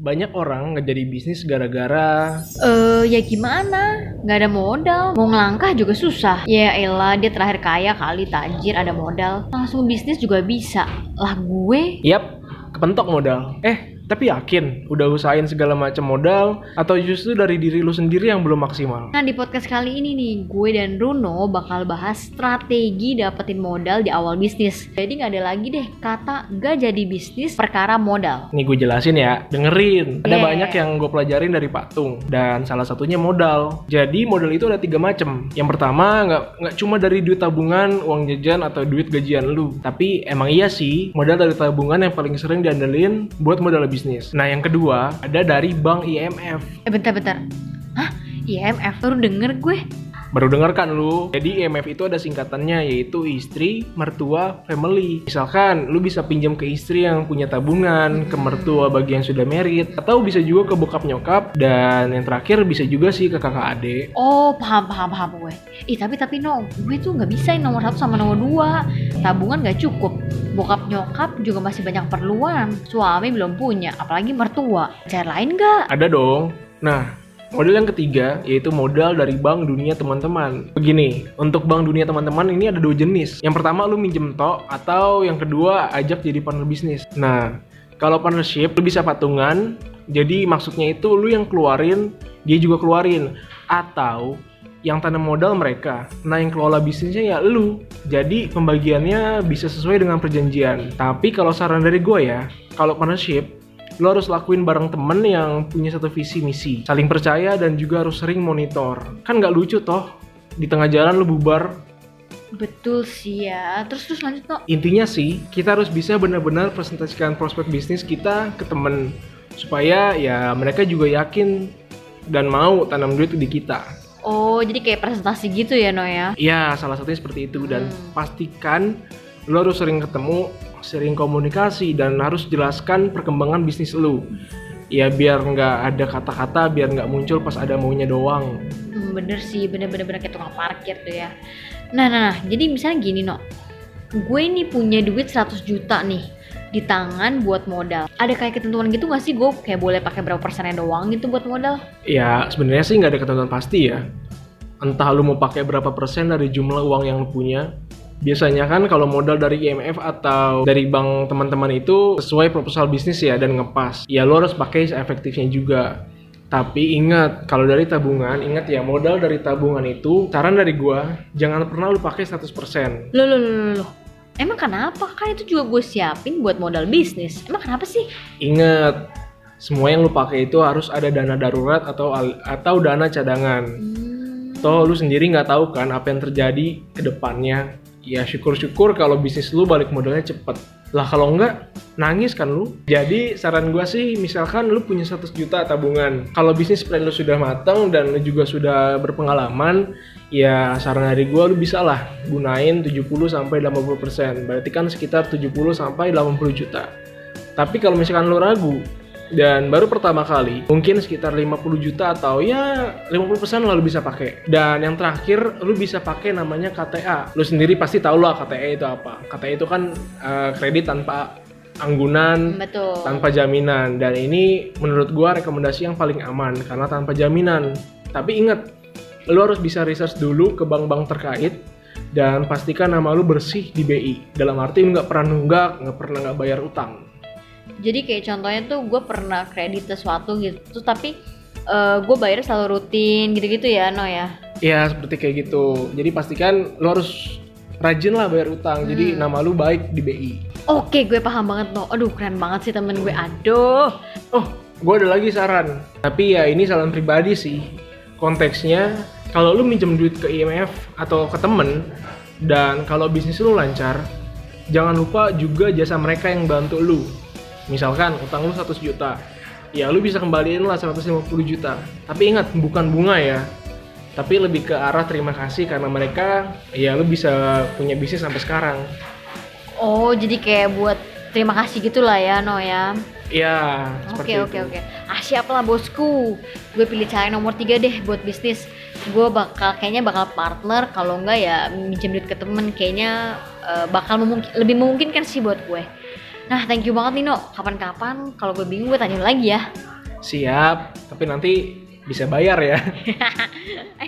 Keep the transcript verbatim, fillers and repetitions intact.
Banyak orang nggak jadi bisnis gara-gara Eh, ya gimana? Nggak ada modal. Mau ngelangkah juga susah. Ya elah, dia terakhir kaya kali, tajir, ada modal. Langsung bisnis juga bisa. Lah gue, yap, kepentok modal. Eh, tapi yakin udah usahain segala macam modal atau justru dari diri lu sendiri yang belum maksimal? nah di podcast kali ini nih, gue dan Bruno bakal bahas strategi dapetin modal di awal bisnis. Jadi nggak ada lagi deh kata gak jadi bisnis perkara modal. Nih gue jelasin ya, dengerin. Ada Yeah. banyak yang gue pelajarin dari Pak Tung, dan salah satunya modal. Jadi modal itu ada tiga macam. Yang pertama, nggak nggak cuma dari duit tabungan, uang jajan atau duit gajian lu. Tapi emang iya sih, modal dari tabungan yang paling sering diandelin buat modal bisnis. Nah yang kedua, ada dari bank I M F. Eh bentar-bentar. Hah? I M F? Baru denger gue. Baru denger kan lu? Jadi I M F itu ada singkatannya, yaitu istri, mertua, family. Misalkan lu bisa pinjam ke istri yang punya tabungan, ke mertua bagi yang sudah married, atau bisa juga ke bokap nyokap, dan yang terakhir bisa juga sih ke kakak adik. Oh paham paham paham gue. Ih tapi tapi no, gue tuh nggak bisa yang nomor satu sama nomor dua. Tabungan nggak cukup. Bokap nyokap juga masih banyak perluan. Suami belum punya, apalagi mertua. Cara lain nggak? Ada dong. Nah, modal yang ketiga yaitu modal dari bank dunia teman-teman. Begini, untuk bank dunia teman-teman ini ada dua jenis. Yang pertama lu minjem tok, atau yang kedua ajak jadi partner bisnis. Nah, kalau partnership lu bisa patungan. Jadi maksudnya itu lu yang keluarin, dia juga keluarin. Atau yang tanam modal mereka. Nah yang kelola bisnisnya ya lu. Jadi pembagiannya bisa sesuai dengan perjanjian. Tapi kalau saran dari gue ya, kalau partnership lo harus lakuin bareng temen yang punya satu visi misi, saling percaya, dan juga harus sering monitor. Kan nggak lucu toh di tengah jalan lo bubar. Betul sih ya. Terus terus lanjut no. Intinya sih kita harus bisa benar-benar presentasikan prospek bisnis kita ke temen, supaya ya mereka juga yakin dan mau tanam duit di kita. Oh jadi kayak presentasi gitu ya no ya. Ya salah satunya seperti itu. Dan Hmm. pastikan lo harus sering ketemu, sering komunikasi, dan harus jelaskan perkembangan bisnis lo. Ya biar nggak ada kata-kata, biar nggak muncul pas ada maunya doang. Hmm, bener sih, bener-bener bener kayak tukang parkir tuh ya. Nah, nah, nah, jadi misalnya gini no, gue nih punya duit seratus juta nih di tangan buat modal. Ada kayak ketentuan gitu gak sih gue kayak boleh pakai berapa persennya doang gitu buat modal? Ya sebenarnya sih nggak ada ketentuan pasti ya. Entah lu mau pakai berapa persen dari jumlah uang yang lu punya. Biasanya kan kalau modal dari I M F atau dari bank teman-teman itu sesuai proposal bisnis ya dan ngepas. Ya lo harus pakai efektifnya juga. Tapi ingat, kalau dari tabungan, ingat ya modal dari tabungan itu, saran dari gua, jangan pernah lu pakai seratus persen. Loh, loh, loh, loh, loh. Emang kenapa? Kan itu juga gue siapin buat modal bisnis. Emang kenapa sih? Ingat, semua yang lu pakai itu harus ada dana darurat atau atau dana cadangan. Hmm. Toh lu sendiri nggak tahu kan apa yang terjadi ke depannya. Ya syukur-syukur kalau bisnis lu balik modalnya cepet. Lah kalau enggak, nangis kan lu. Jadi saran gua sih, misalkan lu punya seratus juta tabungan. Kalau bisnis plan lu sudah matang dan lu juga sudah berpengalaman, ya saran dari gua lu bisa lah gunain tujuh puluh sampai delapan puluh persen. Berarti kan sekitar tujuh puluh sampai delapan puluh juta. Tapi kalau misalkan lu ragu dan baru pertama kali, mungkin sekitar lima puluh juta atau ya lima puluh persen lo bisa pakai. Dan yang terakhir, lu bisa pakai namanya K T A. Lu sendiri pasti tahu lah K T A itu apa. K T A itu kan uh, kredit tanpa anggunan, Betul. tanpa jaminan. Dan ini menurut gua rekomendasi yang paling aman karena tanpa jaminan. Tapi ingat, lu harus bisa research dulu ke bank-bank terkait dan pastikan nama lu bersih di B I. Dalam arti lu nggak pernah nunggak, nggak pernah nggak bayar utang. Jadi kayak contohnya tuh gue pernah kredit sesuatu gitu, terus tapi uh, gue bayar selalu rutin gitu-gitu ya no ya. Ya seperti kayak gitu. Jadi pastikan lo harus rajin lah bayar utang. Hmm. Jadi nama lu baik di B I. Oke, gue paham banget no. Aduh keren banget sih temen gue. Aduh. Oh, gue ada lagi saran. Tapi ya ini saran pribadi sih. Konteksnya kalau lu minjem duit ke I M F atau ke temen, dan kalau bisnis lu lancar, jangan lupa juga jasa mereka yang bantu lu. Misalkan utang lu seratus juta, ya lu bisa kembaliin lah seratus lima puluh juta. Tapi ingat, bukan bunga ya, tapi lebih ke arah terima kasih karena mereka, ya lu bisa punya bisnis sampai sekarang. Oh jadi kayak buat terima kasih gitu lah ya no ya. Ya seperti Oke itu. oke oke. Ah siap lah bosku. Gue pilih cara nomor tiga deh buat bisnis. Gue bakal kayaknya bakal partner, kalau enggak ya minjem duit ke temen. Kayaknya uh, bakal memungkin, lebih memungkinkan sih buat gue. Nah thank you banget nih no. Kapan-kapan kalau gue bingung gue tanya lagi ya. Siap, tapi nanti bisa bayar ya.